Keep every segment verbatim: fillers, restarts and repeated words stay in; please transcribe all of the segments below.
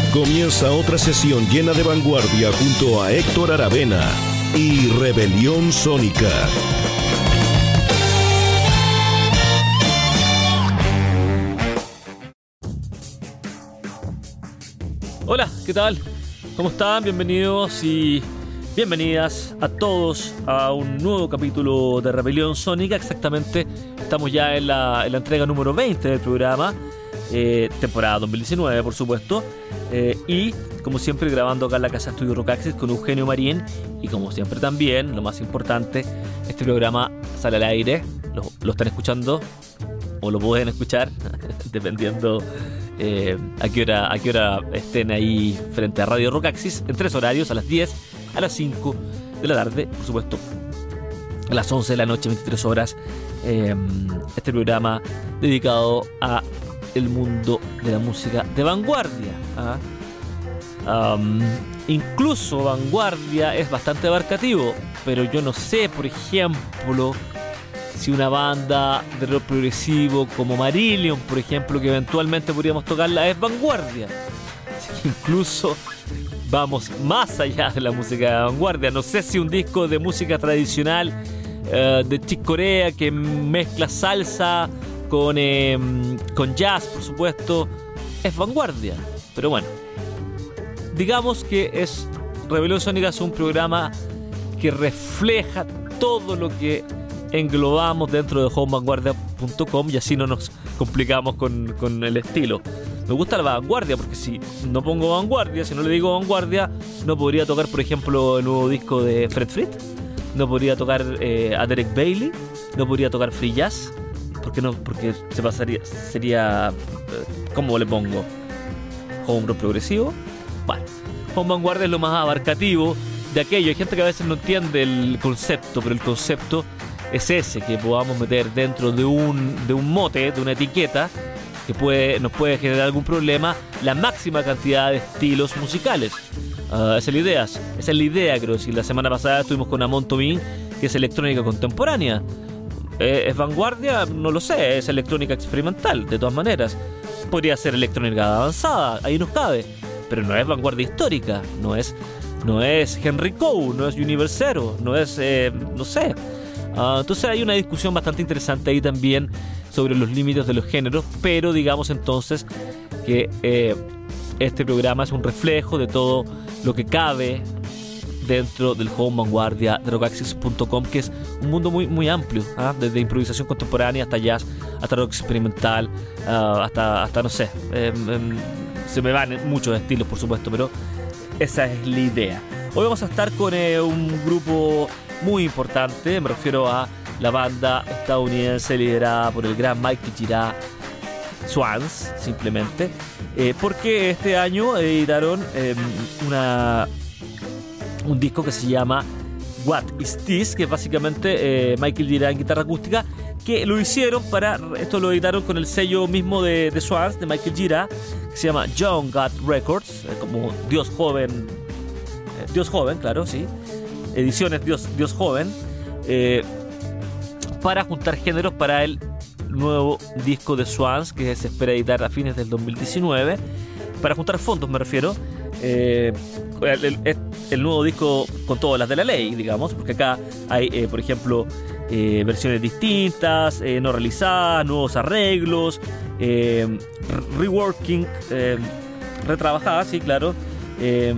Comienza otra sesión llena de vanguardia junto a Héctor Aravena y Rebelión Sónica. Hola, ¿qué tal? ¿Cómo están? Bienvenidos y bienvenidas a todos a un nuevo capítulo de Rebelión Sónica. Exactamente, estamos ya en la, en la entrega número veinte del programa, eh, temporada dos mil diecinueve, por supuesto. Eh, y, como siempre, grabando acá en la Casa Estudio Rocaxis con Eugenio Marín. Y como siempre también, lo más importante, este programa sale al aire. Lo, lo están escuchando o lo pueden escuchar, dependiendo eh, a qué hora, a qué hora estén ahí frente a Radio Rocaxis, en tres horarios: a las diez, a las cinco de la tarde, por supuesto a las once de la noche, veintitrés horas. Eh, este programa dedicado a el mundo de la música de vanguardia. ¿ah? Um, incluso vanguardia es bastante abarcativo, pero yo no sé, por ejemplo, si una banda de rock progresivo como Marillion, por ejemplo, que eventualmente podríamos tocarla, es vanguardia. Así que incluso vamos más allá de la música de vanguardia. No sé si un disco de música tradicional uh, de Chick Corea que mezcla salsa con, eh, con jazz, por supuesto, es vanguardia. Pero bueno, digamos que es Rebelión Sónica es un programa que refleja todo lo que englobamos dentro de home vanguardia punto com, y así no nos complicamos con, con el estilo. Me gusta la vanguardia porque si no pongo vanguardia, si no le digo vanguardia, no podría tocar, por ejemplo, el nuevo disco de Fred Frith, no podría tocar eh, a Derek Bailey, no podría tocar free jazz. ¿Por qué no? Porque se pasaría, sería, ¿cómo le pongo? Home rock progresivo. Bueno, home vanguardia es lo más abarcativo de aquello. Hay gente que a veces no entiende el concepto, pero el concepto es ese, que podamos meter dentro de un, de un mote, de una etiqueta que puede, nos puede generar algún problema, la máxima cantidad de estilos musicales. Uh, esa es la idea, esa es la idea, creo. Si la semana pasada estuvimos con Amon Tobin, que es electrónica contemporánea. ¿Es vanguardia? No lo sé, es electrónica experimental, de todas maneras. Podría ser electrónica avanzada, ahí nos cabe, pero no es vanguardia histórica, no es, no es Henry Cow, no es Universero, no es, eh, no sé. Uh, entonces hay una discusión bastante interesante ahí también sobre los límites de los géneros, pero digamos entonces que eh, este programa es un reflejo de todo lo que cabe dentro del home vanguardia de rocaxis punto com, que es un mundo muy, muy amplio, ¿ah? Desde improvisación contemporánea hasta jazz, hasta rock experimental, uh, hasta, hasta no sé, eh, eh, se me van muchos estilos, por supuesto, pero esa es la idea. Hoy vamos a estar con eh, un grupo muy importante, me refiero a la banda estadounidense liderada por el gran Michael Gira, Swans, simplemente, eh, porque este año editaron eh, una... un disco que se llama What Is This, que es básicamente eh, Michael Gira en guitarra acústica, que lo hicieron para, esto lo editaron con el sello mismo de, de Swans, de Michael Gira, que se llama Young God Records, eh, como Dios joven, eh, Dios joven, claro, sí, ediciones Dios, Dios joven, eh, para juntar géneros para el nuevo disco de Swans, que se espera editar a fines del dos mil diecinueve, para juntar fondos me refiero. Eh, el, el, el nuevo disco con todas las de la ley, digamos, porque acá hay, eh, por ejemplo, eh, versiones distintas, eh, no realizadas, nuevos arreglos, eh, reworking, eh, retrabajadas, sí, claro, eh,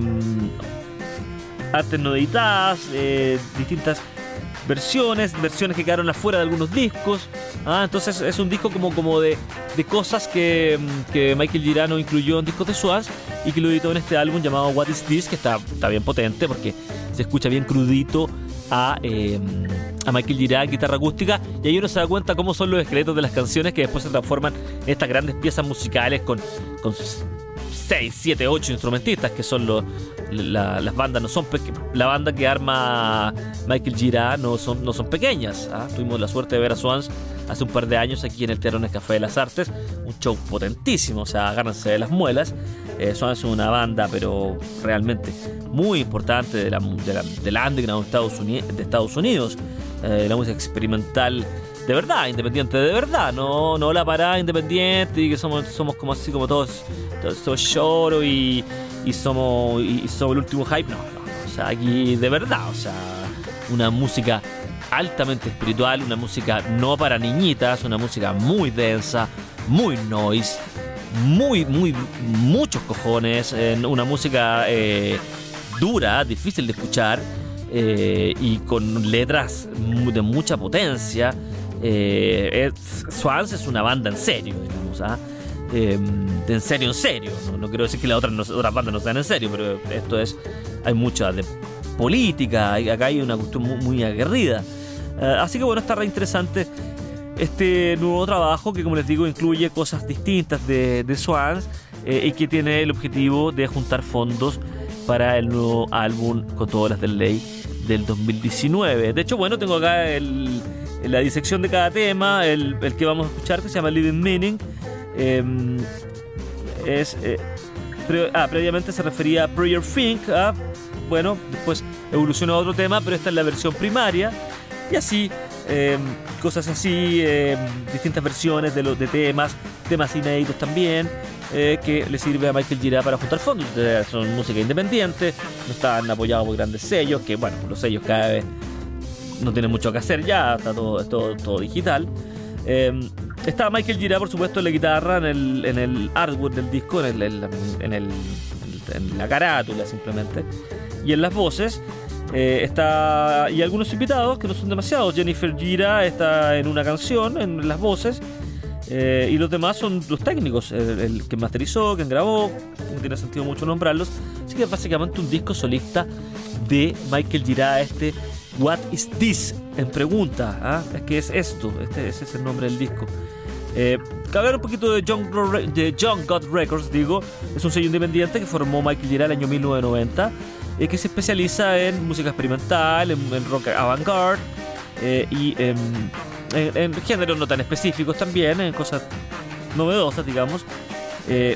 artes no editadas, eh, distintas versiones, versiones que quedaron afuera de algunos discos. Ah, entonces es un disco como, como de, de cosas que, que Michael Gira no incluyó en discos de Swans y que lo editó en este álbum llamado What Is This, que está, está bien potente porque se escucha bien crudito a, eh, a Michael Gira en guitarra acústica, y ahí uno se da cuenta cómo son los esqueletos de las canciones que después se transforman en estas grandes piezas musicales con, con seis, siete, ocho instrumentistas, que son los, la, las bandas. No son pe- la banda que arma Michael Gira no son, no son pequeñas, ¿ah? Tuvimos la suerte de ver a Swans hace un par de años aquí en el Teatro Nescafé de las Artes, un show potentísimo, o sea, agárrense de las muelas. eh, Swans es una banda pero realmente muy importante de la, de la, del underground de Estados Unidos, de Estados Unidos, eh, la música experimental de verdad, independiente de verdad, no, no la parada independiente y que somos, somos como así como todos, todos, todos lloros y, y somos y, y somos el último hype, no, no, no, o sea, aquí de verdad, o sea, una música altamente espiritual, una música no para niñitas, una música muy densa, muy noise, muy, muy, muchos cojones, eh, una música eh, dura, difícil de escuchar, eh, y con letras de mucha potencia. Eh, es, Swans es una banda en serio, digamos, ¿ah? Eh, en serio, en serio. No, no quiero decir que las otras, no, otras bandas no sean en serio, pero esto es, hay mucha de política, hay, acá hay una cuestión muy, muy aguerrida. Uh, así que bueno, está re interesante este nuevo trabajo que, como les digo, incluye cosas distintas de, de Swans, eh, y que tiene el objetivo de juntar fondos para el nuevo álbum Con todas las del ley del dos mil diecinueve. De hecho, bueno, tengo acá el, la disección de cada tema, el, el que vamos a escuchar, que se llama Living Meaning. Eh, es, eh, pre, ah, previamente se refería a Prayer Think. Ah, bueno, después evolucionó a otro tema, pero esta es la versión primaria. Y así, eh, cosas así, eh, distintas versiones de, los, de temas, temas inéditos también, eh, que le sirve a Michael Gira para juntar fondos. Eh, son música independiente, no están apoyados por grandes sellos, que bueno, los sellos cada vez no tienen mucho que hacer ya, está todo, todo, todo digital. Eh, está Michael Gira, por supuesto, en la guitarra, en el, en el artwork del disco, en, el, en, el, en la carátula simplemente, y en las voces. Eh, está y algunos invitados que no son demasiados. Jennifer Gira está en una canción, en las voces, eh, y los demás son los técnicos, el, el que masterizó, quien grabó, no tiene sentido mucho nombrarlos. Así que es básicamente un disco solista de Michael Gira, este What is this? En pregunta, ¿ah? Es que es esto, este, ese es el nombre del disco. Eh, hablar un poquito de John, de John God Records, digo, es un sello independiente que formó Michael Gira el año mil novecientos noventa, eh, que se especializa en música experimental, en, en rock avant-garde, eh, y en, en, en géneros no tan específicos también, en cosas novedosas, digamos. Eh,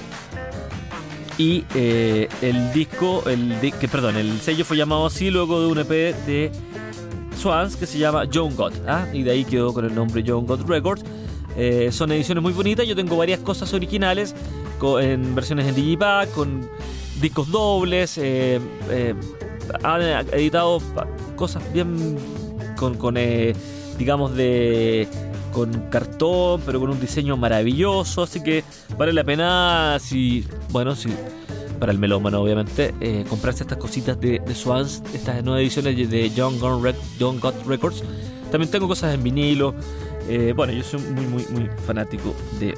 y eh, el disco, el di- que perdón, el sello fue llamado así luego de un E P de Swans que se llama John God, ¿ah? Y de ahí quedó con el nombre John God Records. Eh, son ediciones muy bonitas. Yo tengo varias cosas originales con, en versiones en Digipack, con discos dobles. Eh, eh, han editado cosas bien con, con eh, digamos de con cartón, pero con un diseño maravilloso. Así que vale la pena, si bueno, si para el melómano obviamente, eh, comprarse estas cositas de, de Swans, estas nuevas ediciones de John God, Rec- John God Records. También tengo cosas en vinilo. Eh, bueno, yo soy muy, muy, muy fanático de,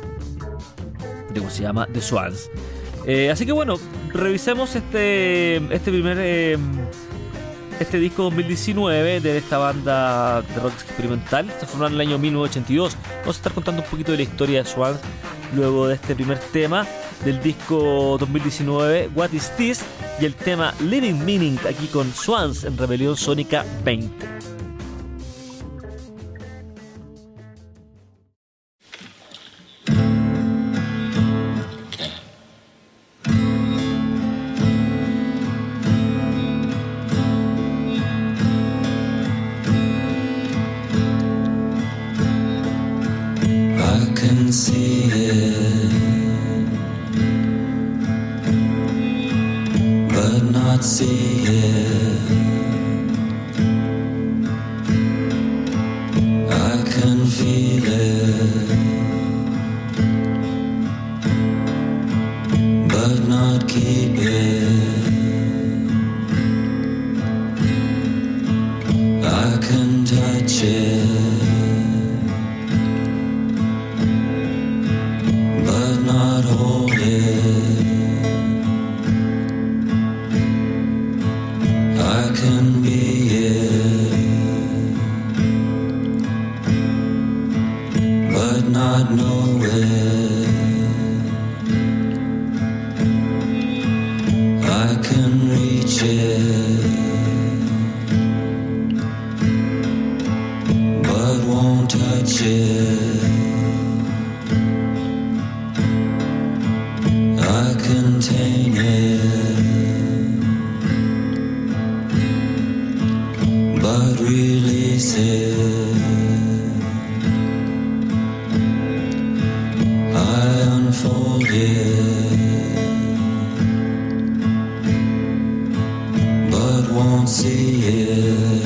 de ¿cómo se llama? De Swans. Eh, así que bueno, revisemos este, este primer, eh, este disco dos mil diecinueve de esta banda de rock experimental. Se formó en el año mil novecientos ochenta y dos. Vamos a estar contando un poquito de la historia de Swans luego de este primer tema del disco dos mil diecinueve, What is this? Y el tema Living Meaning, aquí con Swans en Rebelión Sónica veinte. But release it. unfolded, but won't see it.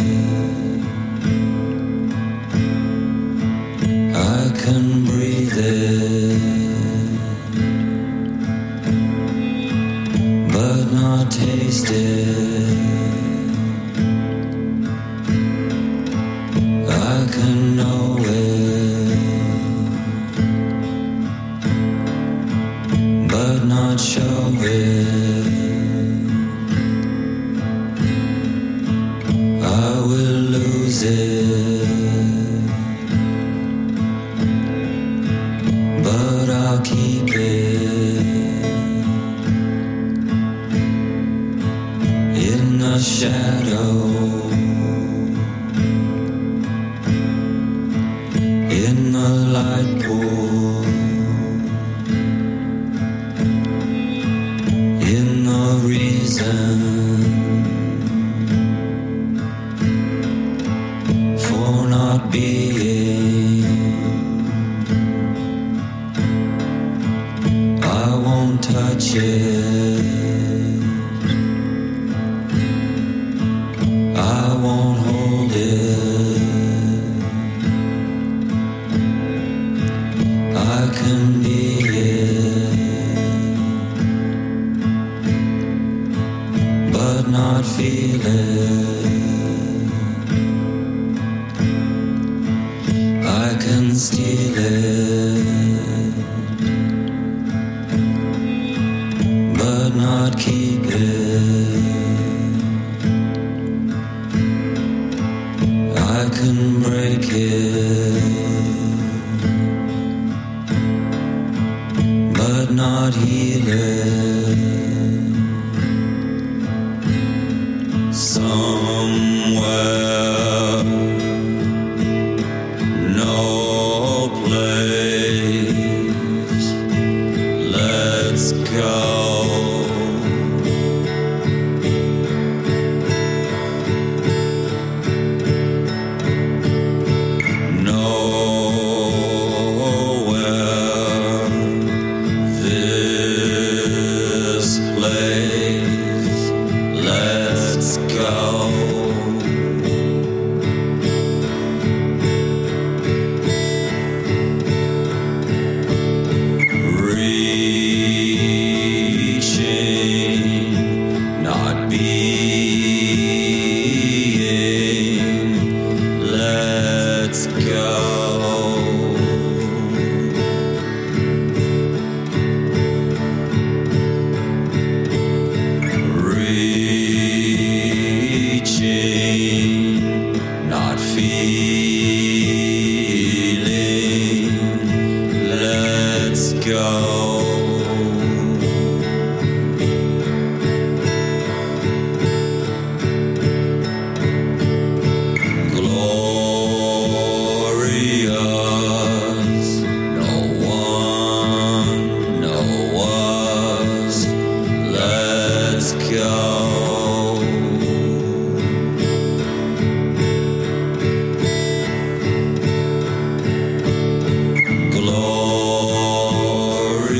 I can breathe it, but not taste it. I can know it, but not show it. I will lose it, but I'll keep it in the shadow, in the light pool, in the reason for not being. I won't touch it, I won't hold it. I can be it, but not feel it. I can steal it, but not keep it. I can break it, but not heal it. Somewhere, no place, let's go. Nowhere, this place, let's go. Reaching, not being, let's go. Reaching, not feeling, let's go. Glorious, no one, no was, let's go. Glorious.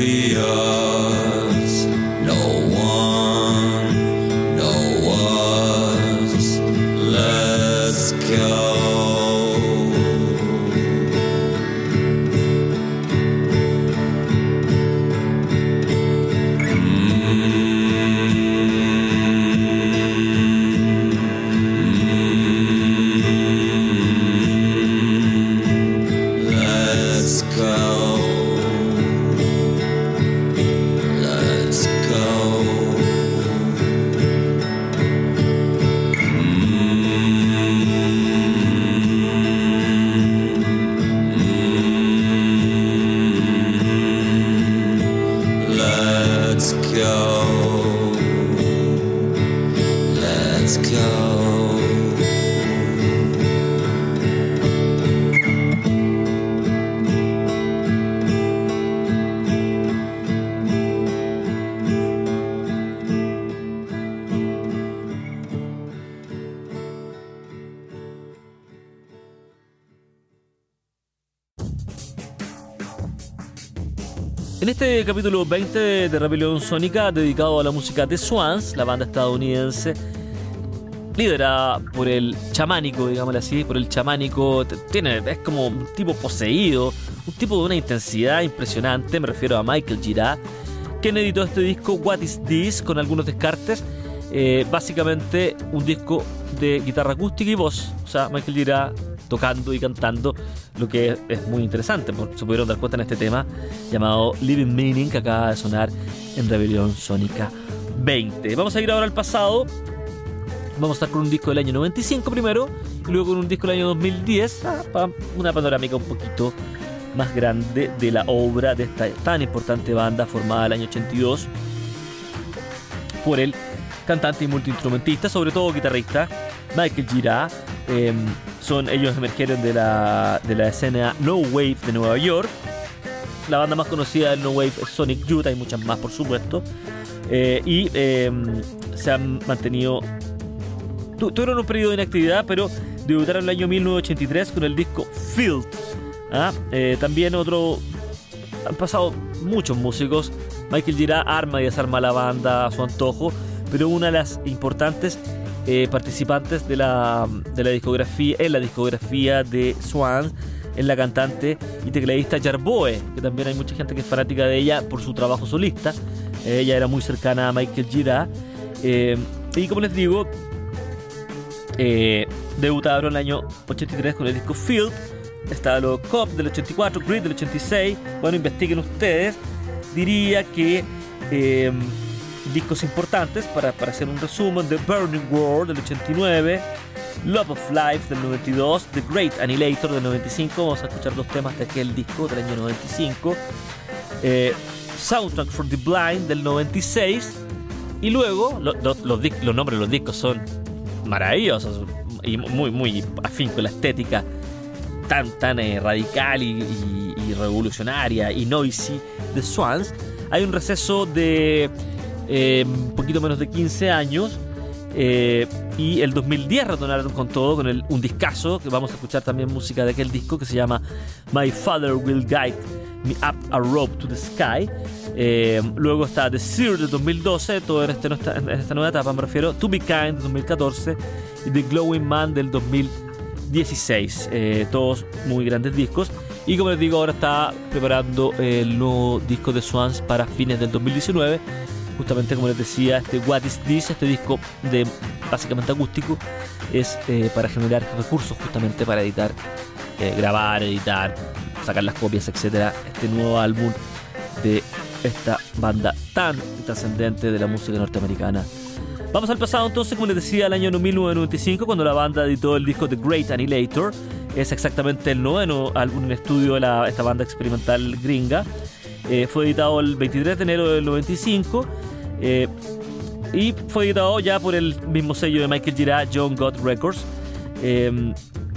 En este capítulo veinte de, de Rebelión Sónica, dedicado a la música de Swans, la banda estadounidense, liderada por el chamánico, digámoslo así, por el chamánico, tiene, es como un tipo poseído, un tipo de una intensidad impresionante, me refiero a Michael Gira, quien editó este disco What Is This, con algunos descartes, eh, básicamente un disco de guitarra acústica y voz, o sea, Michael Gira tocando y cantando, lo que es, es muy interesante, porque se pudieron dar cuenta en este tema llamado Living Meaning, que acaba de sonar en Rebelión Sónica veinte. Vamos a ir ahora al pasado. Vamos a estar con un disco del año noventa y cinco primero, y luego con un disco del año dos mil diez, ah, para una panorámica un poquito más grande de la obra de esta tan importante banda formada el año ochenta y dos por el cantante y multiinstrumentista, sobre todo guitarrista, Michael Gira. Eh, son, ellos emergieron de la, de la escena No Wave de Nueva York. La banda más conocida del No Wave es Sonic Youth, hay muchas más por supuesto, eh, y eh, se han mantenido, tu, tuvieron un periodo de inactividad, pero debutaron en el año mil novecientos ochenta y tres con el disco Field. ¿Ah? Eh, también otro, han pasado muchos músicos. Michael Gira arma y desarma la banda a su antojo, pero una de las importantes eh, participantes de la, de la discografía, en la discografía de Swans, es la cantante y tecladista Jarboe, que también hay mucha gente que es fanática de ella por su trabajo solista. Eh, ella era muy cercana a Michael Gira, eh, y como les digo, eh, debutaron en el año ochenta y tres con el disco Field. Está los Cop del ochenta y cuatro, Grid del ochenta y seis. Bueno, investiguen ustedes. Diría que eh, discos importantes para, para hacer un resumen: The Burning World del ochenta y nueve, Love of Life del noventa y dos, The Great Annihilator del noventa y cinco. Vamos a escuchar dos temas de aquel disco del año noventa y cinco. eh, Soundtrack for the Blind del noventa y seis. Y luego lo, lo, los, los nombres de los discos son maravillosos y muy, muy afín con la estética tan, tan eh, radical y, y, y revolucionaria y noisy de Swans. Hay un receso de eh, un poquito menos de quince años, eh, y el dos mil diez retornaron con todo, con el, un discazo, que vamos a escuchar también música de aquel disco, que se llama My Father Will Guide Me Up a Rope to the Sky. Eh, luego está The Seer de dos mil doce, todo en, este, en esta nueva etapa me refiero, To Be Kind de dos mil catorce y The Glowing Man del dos mil dieciséis. Eh, todos muy grandes discos. Y como les digo, ahora está preparando el nuevo disco de Swans para fines del dos mil diecinueve. Justamente como les decía, este What Is This, este disco de básicamente acústico, es eh, para generar recursos justamente para editar, eh, grabar, editar, sacar las copias, etcétera. Este nuevo álbum de esta banda tan trascendente de la música norteamericana. Vamos al pasado entonces, como les decía, el año mil novecientos noventa y cinco, cuando la banda editó el disco The Great Annihilator. Es exactamente el noveno álbum en estudio de la, esta banda experimental gringa. Eh, fue editado el veintitrés de enero del noventa y cinco, eh, y fue editado ya por el mismo sello de Michael Gira, John Gott Records. Eh,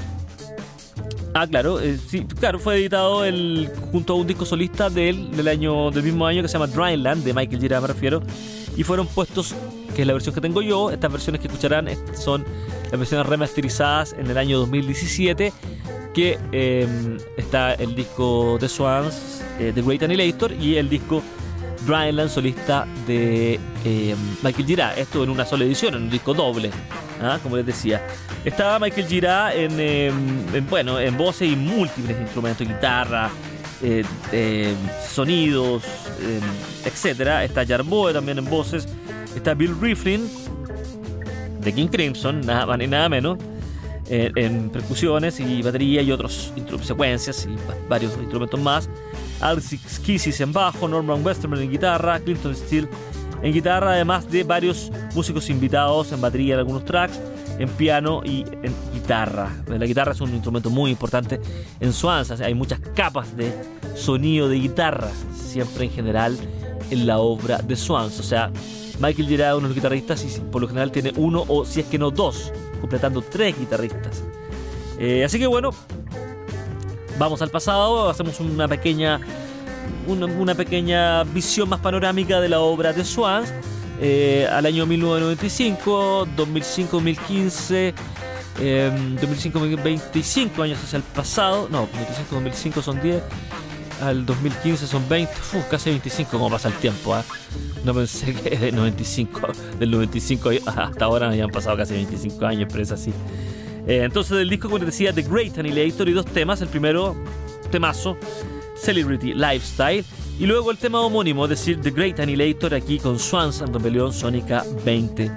ah, claro, eh, sí, claro, fue editado el, junto a un disco solista del, del, año, del mismo año, que se llama Dryland, de Michael Gira me refiero, y fueron puestos, que es la versión que tengo yo. Estas versiones que escucharán son las versiones remasterizadas en el año dos mil diecisiete, que eh, está el disco de Swans, eh, The Great Annihilator, y el disco Dryland solista de eh, Michael Gira. Esto en una sola edición, en un disco doble, ¿ah? Como les decía. Estaba Michael Gira en, eh, en, bueno, en voces y múltiples instrumentos, guitarra, eh, eh, sonidos, eh, etcétera. Está Jarboe también en voces. Está Bill Rieflin de King Crimson, nada más ni nada menos, eh, en percusiones y batería y otros secuencias y varios instrumentos más. Alex Kissis en bajo, Norman Westerman en guitarra, Clinton Steele en guitarra, además de varios músicos invitados en batería en algunos tracks, en piano y en guitarra. La guitarra es un instrumento muy importante en Swans, hay muchas capas de sonido de guitarra siempre en general en la obra de Swans. O sea, Michael Gira es uno de los guitarristas y por lo general tiene uno, o si es que no dos, completando tres guitarristas. Eh, así que bueno, vamos al pasado, hacemos una pequeña, una, una pequeña visión más panorámica de la obra de Swans. Eh, al año mil novecientos noventa y cinco, dos mil cinco, dos mil quince, eh, dos mil cinco, veinticinco años hacia el pasado. No, veinticinco, dos mil cinco son diez. al dos mil quince son veinte, uf, casi veinticinco, como pasa el tiempo, ¿eh? No pensé que de noventa y cinco, del noventa y cinco hasta ahora habían pasado casi veinticinco años, pero es así. Eh, entonces del disco, como les decía, The Great Annihilator, y dos temas. El primero, temazo, Celebrity Lifestyle, y luego el tema homónimo, es decir, The Great Annihilator, aquí con Swans en Rebelión Sónica veinte.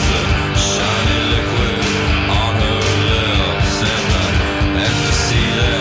See that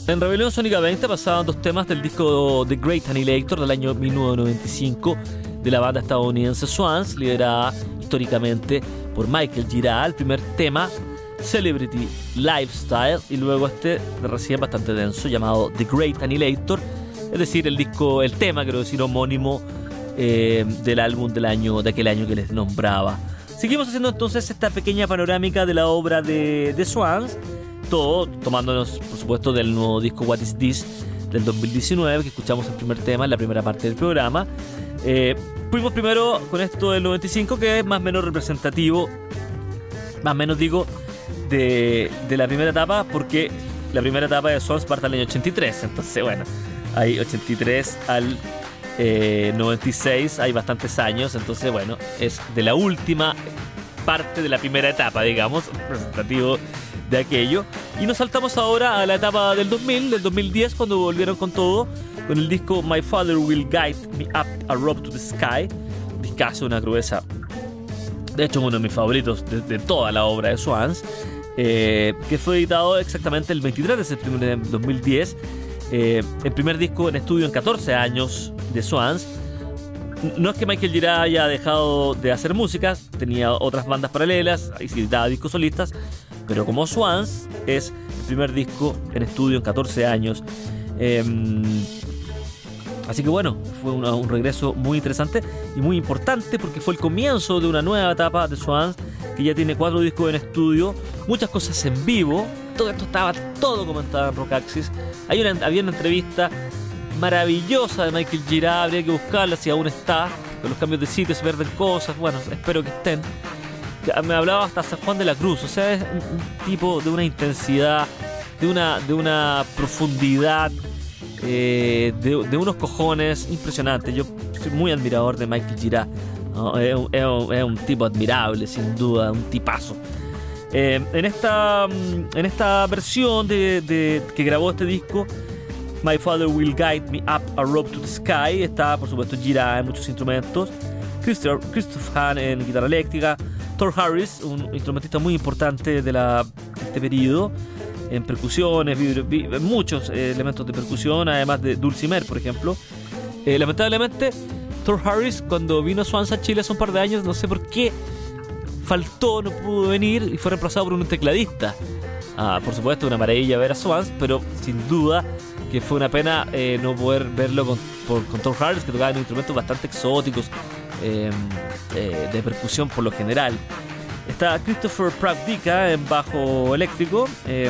En Rebelión Sónica veinte pasaban dos temas del disco The Great Annihilator del año mil novecientos noventa y cinco de la banda estadounidense Swans, liderada históricamente por Michael Gira. El primer tema, Celebrity Lifestyle, y luego este de recién bastante denso llamado The Great Annihilator, es decir, el disco, el tema, quiero decir, homónimo eh, del álbum del año, de aquel año que les nombraba. Seguimos haciendo entonces esta pequeña panorámica de la obra de, de Swans, todo tomándonos, por supuesto, del nuevo disco What Is This del dos mil diecinueve, que escuchamos el primer tema en la primera parte del programa. Eh, fuimos primero con esto del noventa y cinco, que es más o menos representativo, más o menos digo, de, de la primera etapa, porque la primera etapa de Swans parte del año ochenta y tres, entonces bueno, hay ochenta y tres al eh, noventa y seis, hay bastantes años, entonces bueno, es de la última parte de la primera etapa, digamos, representativo de aquello. Y nos saltamos ahora a la etapa del dos mil, del dos mil diez, cuando volvieron con todo, con el disco My Father Will Guide Me Up a Rope to the Sky, discazo, una crudeza, de hecho uno de mis favoritos de, de toda la obra de Swans, eh, que fue editado exactamente el veintitrés de septiembre de dos mil diez, eh, el primer disco en estudio en catorce años de Swans. No es que Michael Gira haya dejado de hacer música, tenía otras bandas paralelas y editaba discos solistas, pero como Swans es el primer disco en estudio en catorce años. Eh, así que bueno, fue una, un regreso muy interesante y muy importante, porque fue el comienzo de una nueva etapa de Swans, que ya tiene cuatro discos en estudio, muchas cosas en vivo. Todo esto estaba todo comentado en Rockaxis. Hay una, había una entrevista maravillosa de Michael Gira, habría que buscarla si aún está, con los cambios de sitio se pierden cosas, bueno, espero que estén. Me hablaba hasta San Juan de la Cruz, o sea, es un, un tipo de una intensidad, de una, de una profundidad, eh, de, de unos cojones impresionantes. Yo soy muy admirador de Michael Gira, ¿no? es, es, es un tipo admirable, sin duda, un tipazo. Eh, en, esta, en esta versión de, de, que grabó este disco, My Father Will Guide Me Up a Rope to the Sky, está por supuesto Gira en muchos instrumentos, Christoph, Christoph Hahn en guitarra eléctrica, Thor Harris, un instrumentista muy importante de, la, de este periodo, en percusiones, vibro, vibro, muchos eh, elementos de percusión, además de dulcimer, por ejemplo. Eh, lamentablemente, Thor Harris, cuando vino Swans a Chile hace un par de años, no sé por qué faltó, no pudo venir y fue reemplazado por un tecladista. Ah, por supuesto, una maravilla ver a Swans, pero sin duda que fue una pena eh, no poder verlo con, por, con Thor Harris, que tocaba en instrumentos bastante exóticos, eh, eh, de percusión por lo general. Está Christopher Pravdika en bajo eléctrico, eh,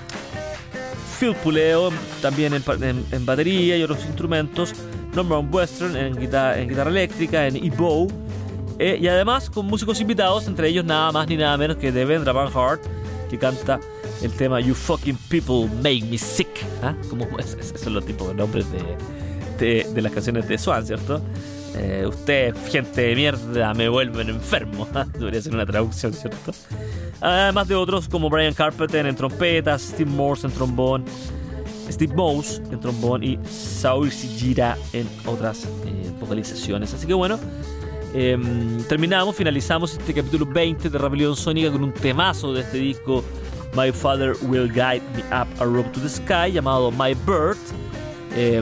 Phil Puleo también en, en, en batería y otros instrumentos, Norman Western en guitarra, en guitarra eléctrica, en E-Bow, eh, y además con músicos invitados, entre ellos nada más ni nada menos que Devendra Banhart, que canta el tema You Fucking People Make Me Sick. ¿Ah? Como es, es, esos son los tipos de nombres de, de, de las canciones de Swan, ¿cierto? Eh, Ustedes, gente de mierda, me vuelven enfermo. ¿Ah? Debería ser una traducción, ¿cierto? Además de otros como Brian Carpenter en trompetas, Steve Morse en trombón, Steve Mouse en trombón y Saoirse Gira en otras eh, vocalizaciones. Así que bueno, eh, terminamos, finalizamos este capítulo veinte de Rebelión Sónica con un temazo de este disco My Father Will Guide Me Up a Rope to the Sky, llamado My Birth, eh,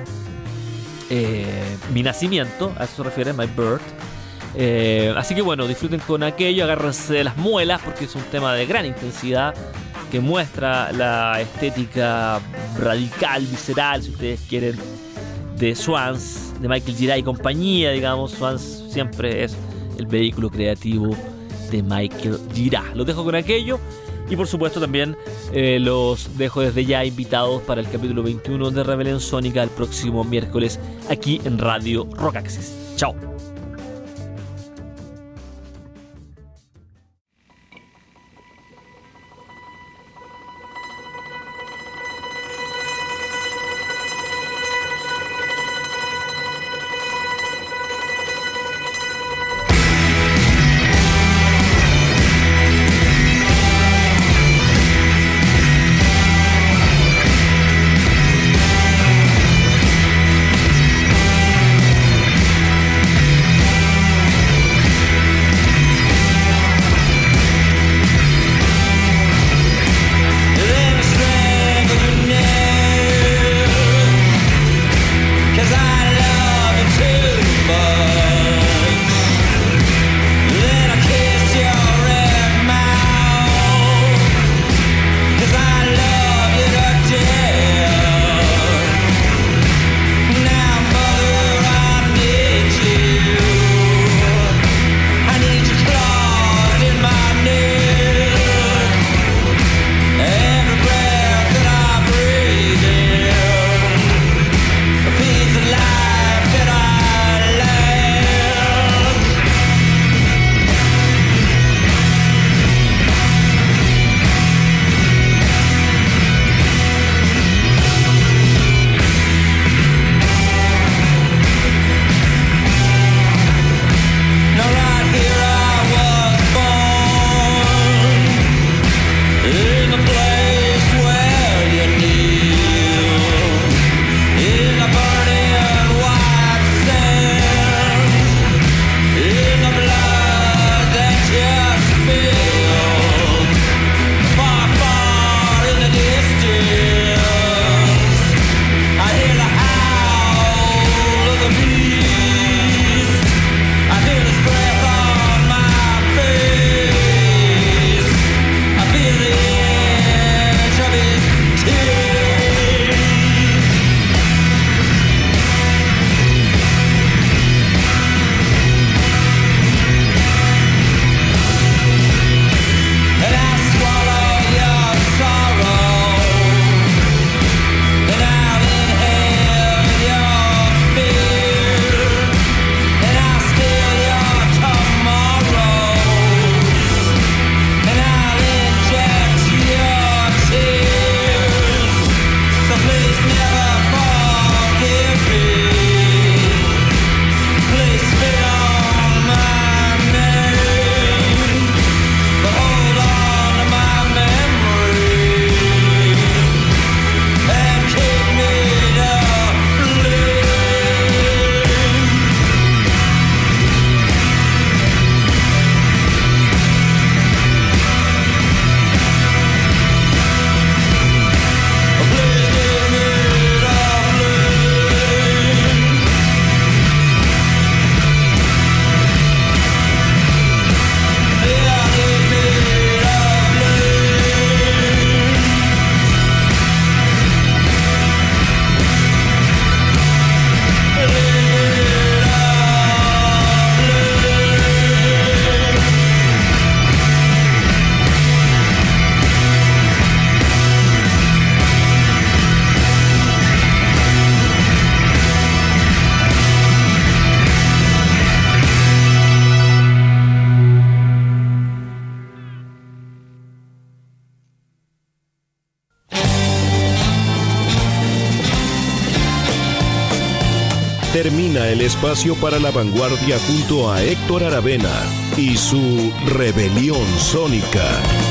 eh, mi nacimiento, a eso se refiere, My Birth. Eh, así que bueno, disfruten con aquello, agárrense de las muelas, porque es un tema de gran intensidad que muestra la estética radical, visceral, si ustedes quieren, de Swans, de Michael Gira y compañía, digamos. Swans siempre es el vehículo creativo de Michael Gira. Los dejo con aquello. Y por supuesto también eh, los dejo desde ya invitados para el capítulo veintiuno de Rebelión Sónica el próximo miércoles aquí en Radio Rockaxis. Chao. termina el espacio para la vanguardia junto a Héctor Aravena y su Rebelión Sónica.